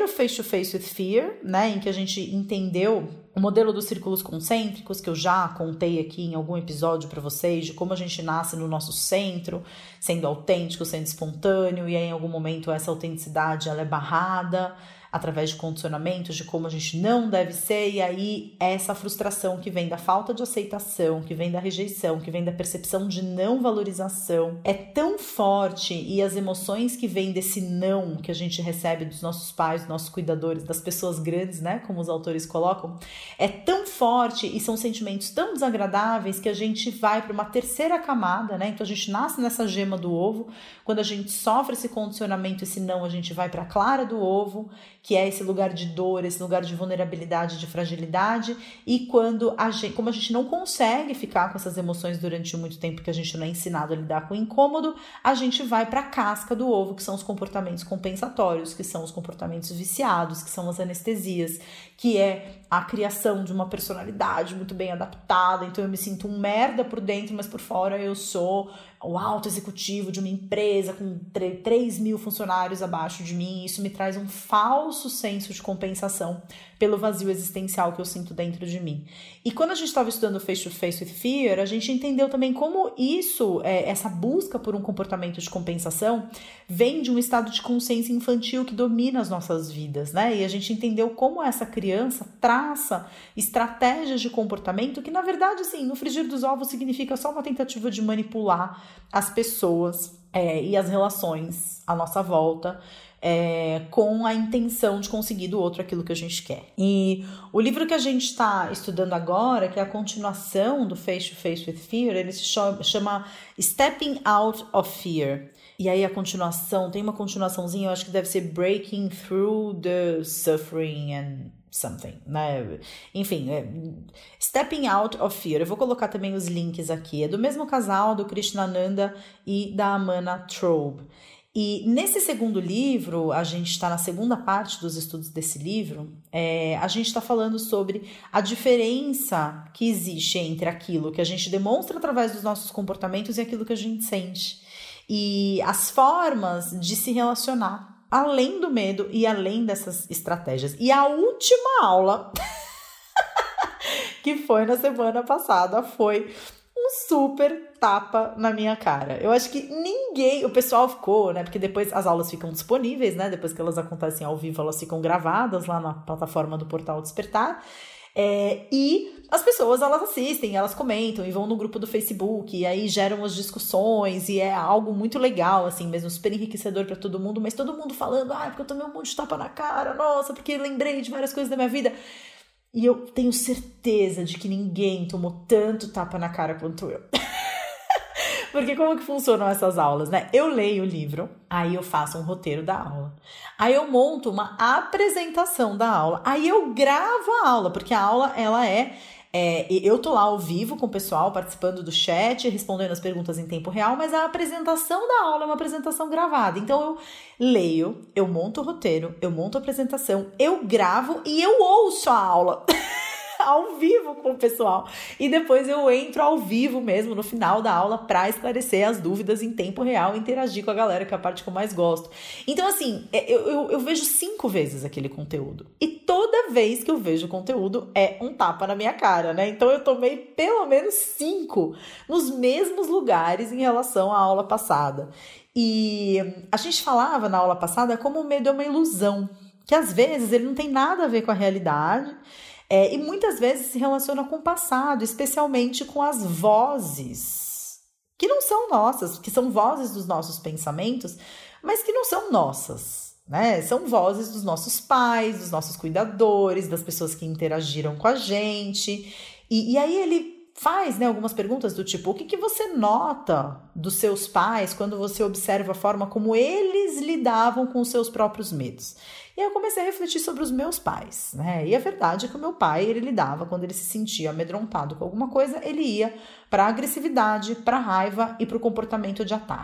Speaker 1: Face to Face with Fear, né, em que a gente entendeu o modelo dos círculos concêntricos, que eu já contei aqui em algum episódio para vocês, de como a gente nasce no nosso centro, sendo autêntico, sendo espontâneo, e aí em algum momento essa autenticidade ela é barrada através de condicionamentos, de como a gente não deve ser, e aí essa frustração que vem da falta de aceitação, que vem da rejeição, que vem da percepção de não valorização, é tão forte, e as emoções que vêm desse não que a gente recebe dos nossos pais, dos nossos cuidadores, das pessoas grandes, né, como os autores colocam, é tão forte e são sentimentos tão desagradáveis que a gente vai para uma terceira camada, né, então a gente nasce nessa gema do ovo, quando a gente sofre esse condicionamento, esse não, a gente vai para a clara do ovo, que é esse lugar de dor, esse lugar de vulnerabilidade, de fragilidade, e quando como a gente não consegue ficar com essas emoções durante muito tempo, que a gente não é ensinado a lidar com o incômodo, a gente vai para a casca do ovo, que são os comportamentos compensatórios, que são os comportamentos viciados, que são as anestesias, que é a criação de uma personalidade muito bem adaptada, então eu me sinto um merda por dentro, mas por fora eu sou o alto executivo de uma empresa com 3 mil funcionários abaixo de mim, isso me traz um falso senso de compensação pelo vazio existencial que eu sinto dentro de mim. E quando a gente estava estudando Face to Face with Fear, a gente entendeu também como isso, essa busca por um comportamento de compensação, vem de um estado de consciência infantil que domina as nossas vidas, né? E a gente entendeu como essa criança traça estratégias de comportamento que, na verdade, assim, no frigir dos ovos significa só uma tentativa de manipular as pessoas e as relações à nossa volta, com a intenção de conseguir do outro aquilo que a gente quer. E o livro que a gente está estudando agora, que é a continuação do Face to Face with Fear, ele se chama Stepping Out of Fear. E aí a continuação, tem uma continuaçãozinha, eu acho que deve ser Breaking Through the Suffering and something, né? Enfim, Stepping Out of Fear. Eu vou colocar também os links aqui. É do mesmo casal, do Krishnananda e da Amana Trobe. E nesse segundo livro, a gente está na segunda parte dos estudos desse livro, a gente está falando sobre a diferença que existe entre aquilo que a gente demonstra através dos nossos comportamentos e aquilo que a gente sente. E as formas de se relacionar além do medo e além dessas estratégias. E a última aula, que foi na semana passada, foi um super tapa na minha cara. Eu acho que o pessoal ficou, né? Porque depois as aulas ficam disponíveis, né? Depois que elas acontecem ao vivo, elas ficam gravadas lá na plataforma do Portal Despertar. E as pessoas, elas assistem, elas comentam e vão no grupo do Facebook, e aí geram as discussões, e é algo muito legal, assim, mesmo super enriquecedor pra todo mundo, mas todo mundo falando, porque eu tomei um monte de tapa na cara, nossa, porque lembrei de várias coisas da minha vida. E eu tenho certeza de que ninguém tomou tanto tapa na cara quanto eu. Porque como que funcionam essas aulas, né? Eu leio o livro, aí eu faço um roteiro da aula. Aí eu monto uma apresentação da aula. Aí eu gravo a aula, porque a aula, ela eu tô lá ao vivo com o pessoal participando do chat, respondendo as perguntas em tempo real, mas a apresentação da aula é uma apresentação gravada. Então eu leio, eu monto o roteiro, eu monto a apresentação, eu gravo e eu ouço a aula. Ao vivo com o pessoal, e depois eu entro ao vivo mesmo no final da aula para esclarecer as dúvidas em tempo real e interagir com a galera, que é a parte que eu mais gosto. Então assim, eu vejo 5 vezes aquele conteúdo, e toda vez que eu vejo o conteúdo é um tapa na minha cara, né? Então eu tomei pelo menos 5 nos mesmos lugares em relação à aula passada. E a gente falava na aula passada como o medo é uma ilusão, que às vezes ele não tem nada a ver com a realidade, e muitas vezes se relaciona com o passado, especialmente com as vozes, que não são nossas, que são vozes dos nossos pensamentos, mas que não são nossas, né? São vozes dos nossos pais, dos nossos cuidadores, das pessoas que interagiram com a gente. E aí ele faz, né, algumas perguntas do tipo, o que você nota dos seus pais quando você observa a forma como eles lidavam com os seus próprios medos? E aí eu comecei a refletir sobre os meus pais, né? E a verdade é que o meu pai, ele lidava, quando ele se sentia amedrontado com alguma coisa, ele ia para a agressividade, para a raiva e para o comportamento de ataque.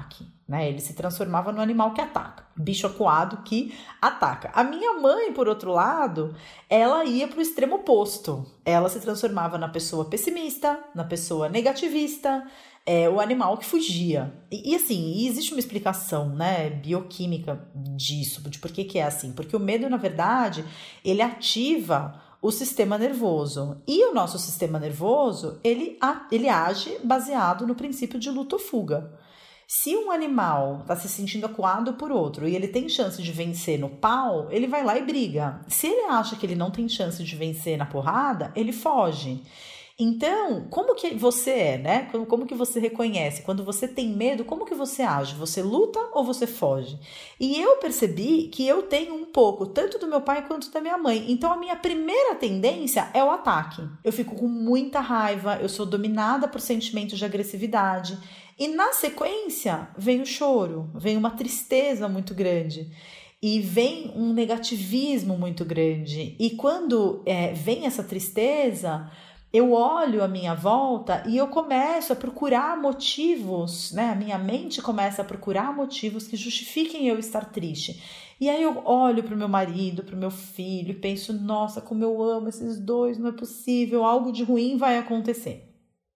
Speaker 1: né? Ele se transformava no animal que ataca, bicho acuado que ataca. A minha mãe, por outro lado, ela ia para o extremo oposto. Ela se transformava na pessoa pessimista, na pessoa negativista, o animal que fugia. E assim, existe uma explicação, né, bioquímica disso, de por que é assim. Porque o medo, na verdade, ele ativa o sistema nervoso. E o nosso sistema nervoso, ele age baseado no princípio de luta ou fuga. Se um animal está se sentindo acuado por outro e ele tem chance de vencer no pau, ele vai lá e briga. Se ele acha que ele não tem chance de vencer na porrada, ele foge. Então, como que você é, né? Como que você reconhece? Quando você tem medo, como que você age? Você luta ou você foge? E eu percebi que eu tenho um pouco, tanto do meu pai quanto da minha mãe. Então, a minha primeira tendência é o ataque. Eu fico com muita raiva, eu sou dominada por sentimentos de agressividade. E na sequência, vem o choro, vem uma tristeza muito grande. E vem um negativismo muito grande. E quando vem essa tristeza, eu olho à minha volta e eu começo a procurar motivos, né? A minha mente começa a procurar motivos que justifiquem eu estar triste. E aí eu olho para o meu marido, para o meu filho e penso, nossa, como eu amo esses dois, não é possível, algo de ruim vai acontecer.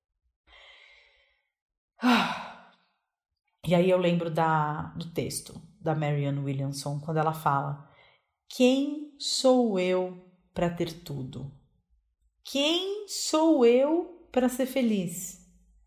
Speaker 1: E aí eu lembro do texto da Marianne Williamson, quando ela fala: quem sou eu para ter tudo? Quem sou eu para ser feliz?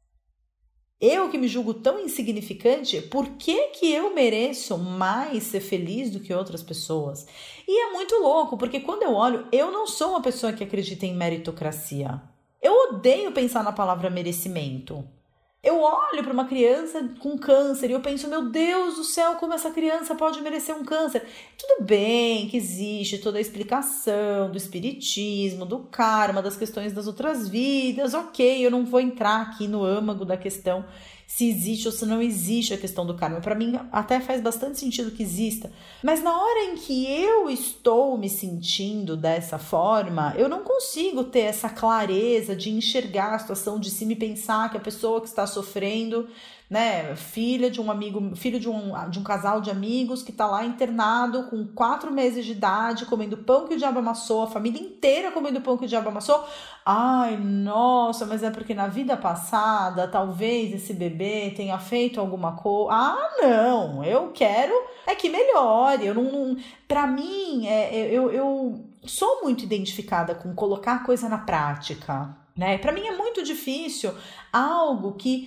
Speaker 1: Eu que me julgo tão insignificante, por que eu mereço mais ser feliz do que outras pessoas? E é muito louco, porque quando eu olho, eu não sou uma pessoa que acredita em meritocracia. Eu odeio pensar na palavra merecimento. Eu olho para uma criança com câncer e eu penso, meu Deus do céu, como essa criança pode merecer um câncer? Tudo bem que existe toda a explicação do espiritismo, do karma, das questões das outras vidas, ok, eu não vou entrar aqui no âmago da questão se existe ou se não existe a questão do karma. Para mim até faz bastante sentido que exista, mas na hora em que eu estou me sentindo dessa forma, eu não consigo ter essa clareza de enxergar a situação, de se me pensar que a pessoa que está sofrendo, né, filho de um casal de amigos que está lá internado com 4 meses de idade, comendo pão que o diabo amassou, a família inteira comendo pão que o diabo amassou. Ai, nossa, mas é porque na vida passada talvez esse bebê tenha feito alguma coisa. Ah, não, eu quero que melhore. Eu não para mim, eu sou muito identificada com colocar a coisa na prática, né? Para mim é muito difícil algo que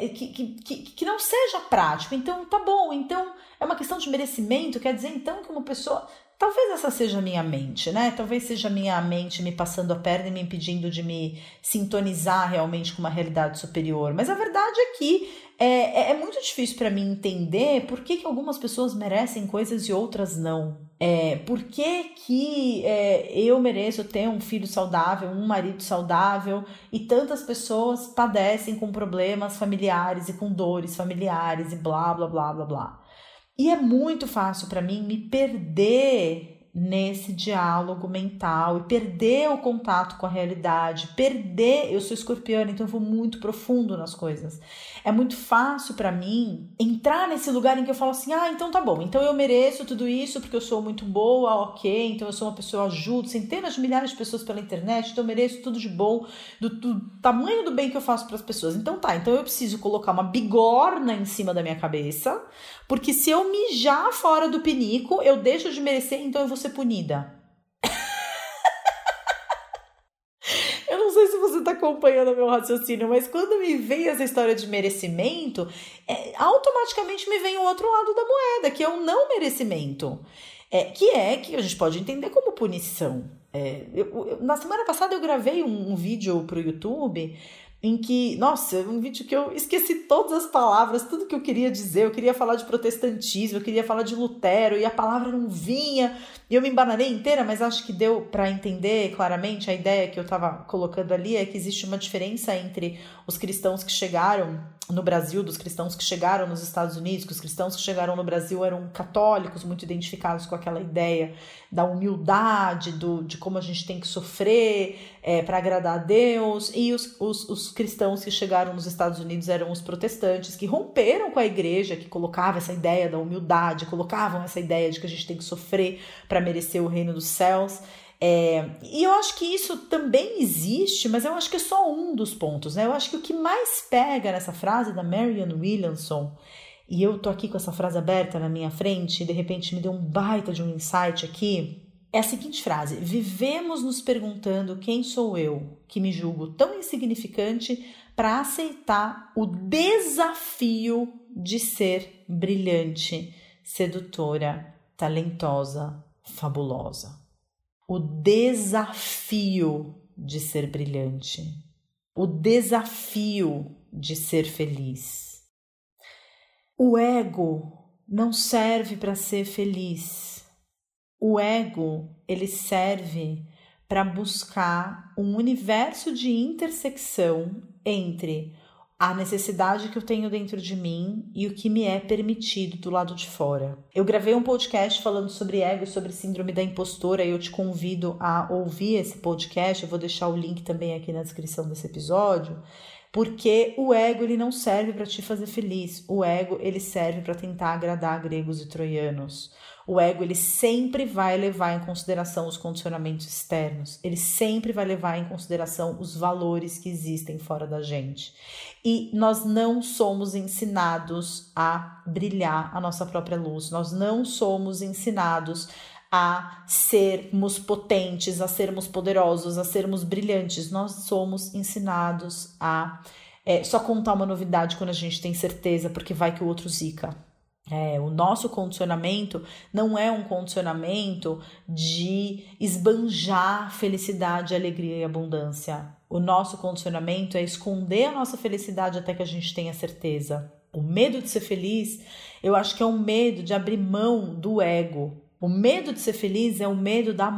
Speaker 1: não seja prático. Então, tá bom, então é uma questão de merecimento, quer dizer então que uma pessoa... Talvez essa seja a minha mente, né? Talvez seja a minha mente me passando a perna e me impedindo de me sintonizar realmente com uma realidade superior. Mas a verdade é que é muito difícil para mim entender por que algumas pessoas merecem coisas e outras não. Por que eu mereço ter um filho saudável, um marido saudável e tantas pessoas padecem com problemas familiares e com dores familiares e blá, blá, blá, blá, blá. E é muito fácil para mim me perder nesse diálogo mental e perder o contato com a realidade, eu sou escorpiana, então eu vou muito profundo nas coisas. É muito fácil para mim entrar nesse lugar em que eu falo assim, então tá bom, então eu mereço tudo isso porque eu sou muito boa, ok, então eu sou uma pessoa, ajudo centenas de milhares de pessoas pela internet, então eu mereço tudo de bom, do tamanho do bem que eu faço para as pessoas. Então então eu preciso colocar uma bigorna em cima da minha cabeça, porque se eu mijar fora do pinico, eu deixo de merecer, então eu vou ser punida. Eu não sei se você está acompanhando o meu raciocínio, mas quando me vem essa história de merecimento, automaticamente me vem o outro lado da moeda, que é o não merecimento. Que a gente pode entender como punição. Na semana passada eu gravei um vídeo para o YouTube em que, nossa, um vídeo que eu esqueci todas as palavras, tudo que eu queria dizer, eu queria falar de protestantismo, eu queria falar de Lutero, e a palavra não vinha, e eu me embananei inteira, mas acho que deu para entender claramente. A ideia que eu estava colocando ali é que existe uma diferença entre os cristãos que chegaram no Brasil, dos cristãos que chegaram nos Estados Unidos, que os cristãos que chegaram no Brasil eram católicos, muito identificados com aquela ideia da humildade, de como a gente tem que sofrer, para agradar a Deus, e os cristãos que chegaram nos Estados Unidos eram os protestantes, que romperam com a igreja, que colocava essa ideia da humildade, colocavam essa ideia de que a gente tem que sofrer para merecer o reino dos céus. E eu acho que isso também existe, mas eu acho que é só um dos pontos, né? Eu acho que o que mais pega nessa frase da Marianne Williamson, e eu tô aqui com essa frase aberta na minha frente, e de repente me deu um baita de um insight aqui, é a seguinte frase: vivemos nos perguntando quem sou eu, que me julgo tão insignificante, para aceitar o desafio de ser brilhante, sedutora, talentosa, fabulosa. O desafio de ser brilhante, o desafio de ser feliz. O ego não serve para ser feliz. O ego, ele serve para buscar um universo de intersecção entre a necessidade que eu tenho dentro de mim e o que me é permitido do lado de fora. Eu gravei um podcast falando sobre ego e sobre síndrome da impostora, e eu te convido a ouvir esse podcast. Eu vou deixar o link também aqui na descrição desse episódio, porque o ego, ele não serve para te fazer feliz. O ego, ele serve para tentar agradar gregos e troianos. O ego, ele sempre vai levar em consideração os condicionamentos externos. Ele sempre vai levar em consideração os valores que existem fora da gente. E nós não somos ensinados a brilhar a nossa própria luz. Nós não somos ensinados a sermos potentes, a sermos poderosos, a sermos brilhantes. Nós somos ensinados a só contar uma novidade quando a gente tem certeza, porque vai que o outro zica. O nosso condicionamento não é um condicionamento de esbanjar felicidade, alegria e abundância. O nosso condicionamento é esconder a nossa felicidade até que a gente tenha certeza. O medo de ser feliz, eu acho que é um medo de abrir mão do ego. O medo de ser feliz é o medo da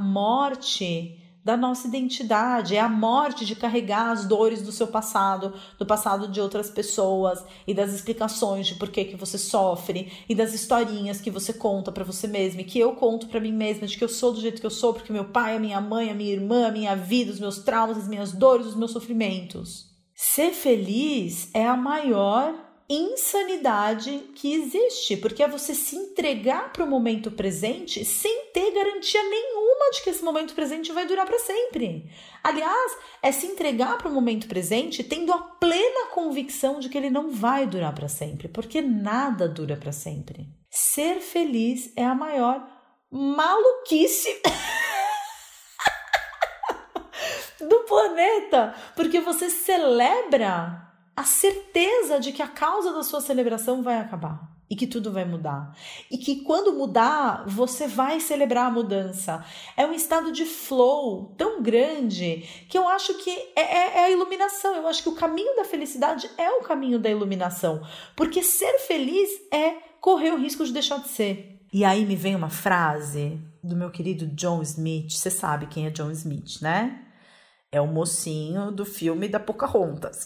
Speaker 1: morte da nossa identidade, é a morte de carregar as dores do seu passado, do passado de outras pessoas, e das explicações de por que você sofre, e das historinhas que você conta pra você mesma, e que eu conto pra mim mesma, de que eu sou do jeito que eu sou, porque meu pai, a minha mãe, a minha irmã, a minha vida, os meus traumas, as minhas dores, os meus sofrimentos. Ser feliz é a maior insanidade que existe, porque é você se entregar para o momento presente sem ter garantia nenhuma de que esse momento presente vai durar para sempre. Aliás, é se entregar para o momento presente tendo a plena convicção de que ele não vai durar para sempre, porque nada dura para sempre. Ser feliz é a maior maluquice do planeta, porque você celebra a certeza de que a causa da sua celebração vai acabar e que tudo vai mudar. E que quando mudar, você vai celebrar a mudança. É um estado de flow tão grande que eu acho que é a iluminação. Eu acho que o caminho da felicidade é o caminho da iluminação. Porque ser feliz é correr o risco de deixar de ser. E aí me vem uma frase do meu querido John Smith. Você sabe quem é John Smith, né? É o mocinho do filme da Pocahontas.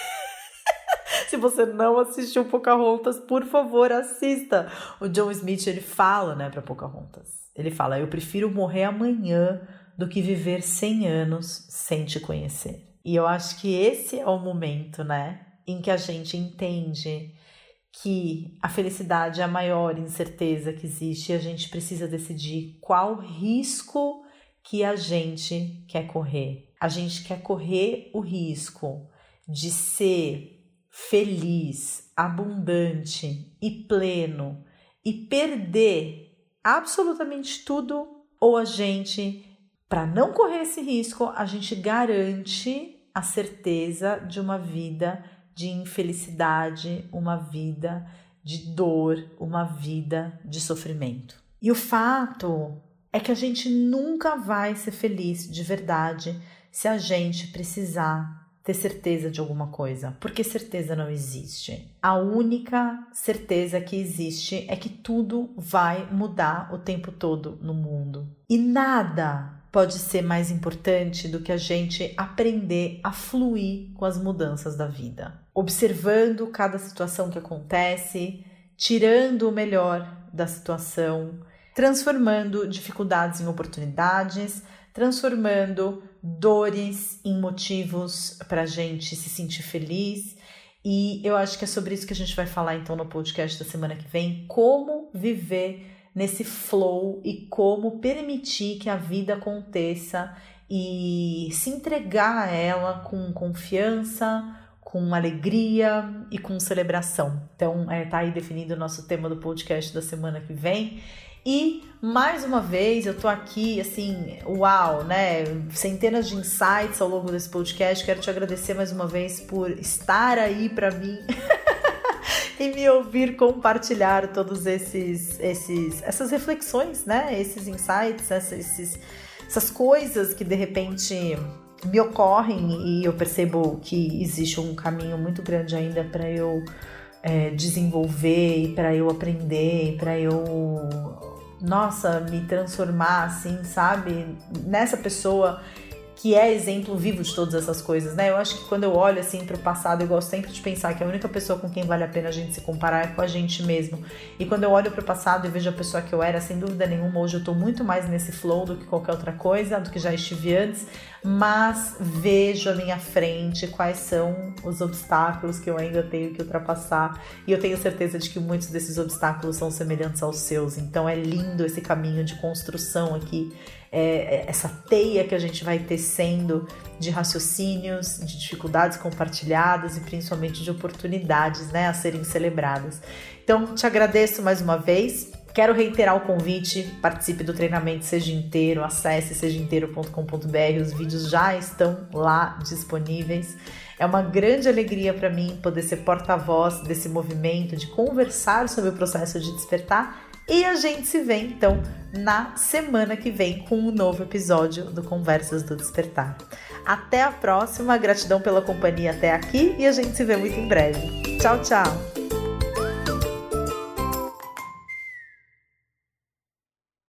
Speaker 1: Se você não assistiu Pocahontas, por favor, assista. O John Smith, ele fala, né, para Pocahontas. Ele fala: eu prefiro morrer amanhã do que viver 100 anos sem te conhecer. E eu acho que esse é o momento, né, em que a gente entende que a felicidade é a maior incerteza que existe e a gente precisa decidir qual risco que a gente quer correr. A gente quer correr o risco de ser feliz, abundante e pleno e perder absolutamente tudo, ou a gente, para não correr esse risco, a gente garante a certeza de uma vida de infelicidade, uma vida de dor, uma vida de sofrimento. E o fato é que a gente nunca vai ser feliz de verdade se a gente precisar ter certeza de alguma coisa, porque certeza não existe. A única certeza que existe é que tudo vai mudar o tempo todo no mundo. E nada pode ser mais importante do que a gente aprender a fluir com as mudanças da vida. Observando cada situação que acontece, tirando o melhor da situação, transformando dificuldades em oportunidades, transformando dores em motivos para a gente se sentir feliz. E eu acho que é sobre isso que a gente vai falar então no podcast da semana que vem, como viver nesse flow e como permitir que a vida aconteça e se entregar a ela com confiança, com alegria e com celebração. Então, tá aí definido o nosso tema do podcast da semana que vem. E, mais uma vez, eu tô aqui, assim, uau, né? Centenas de insights ao longo desse podcast. Quero te agradecer mais uma vez por estar aí pra mim e me ouvir compartilhar todos essas reflexões, né? Esses insights, essas coisas que, de repente, me ocorrem e eu percebo que existe um caminho muito grande ainda para eu desenvolver e para eu aprender, para eu, me transformar, assim, sabe? Nessa pessoa que é exemplo vivo de todas essas coisas, né? Eu acho que quando eu olho, assim, pro passado, eu gosto sempre de pensar que a única pessoa com quem vale a pena a gente se comparar é com a gente mesmo. E quando eu olho pro passado e vejo a pessoa que eu era, sem dúvida nenhuma, hoje eu tô muito mais nesse flow do que qualquer outra coisa, do que já estive antes, mas vejo à minha frente quais são os obstáculos que eu ainda tenho que ultrapassar. E eu tenho certeza de que muitos desses obstáculos são semelhantes aos seus. Então é lindo esse caminho de construção aqui, essa teia que a gente vai tecendo de raciocínios, de dificuldades compartilhadas e principalmente de oportunidades, né, a serem celebradas. Então, te agradeço mais uma vez. Quero reiterar o convite, participe do treinamento Seja Inteiro, acesse sejainteiro.com.br, os vídeos já estão lá disponíveis. É uma grande alegria para mim poder ser porta-voz desse movimento, de conversar sobre o processo de despertar. E a gente se vê, então, na semana que vem com um novo episódio do Conversas do Despertar. Até a próxima, gratidão pela companhia até aqui e a gente se vê muito em breve. Tchau, tchau!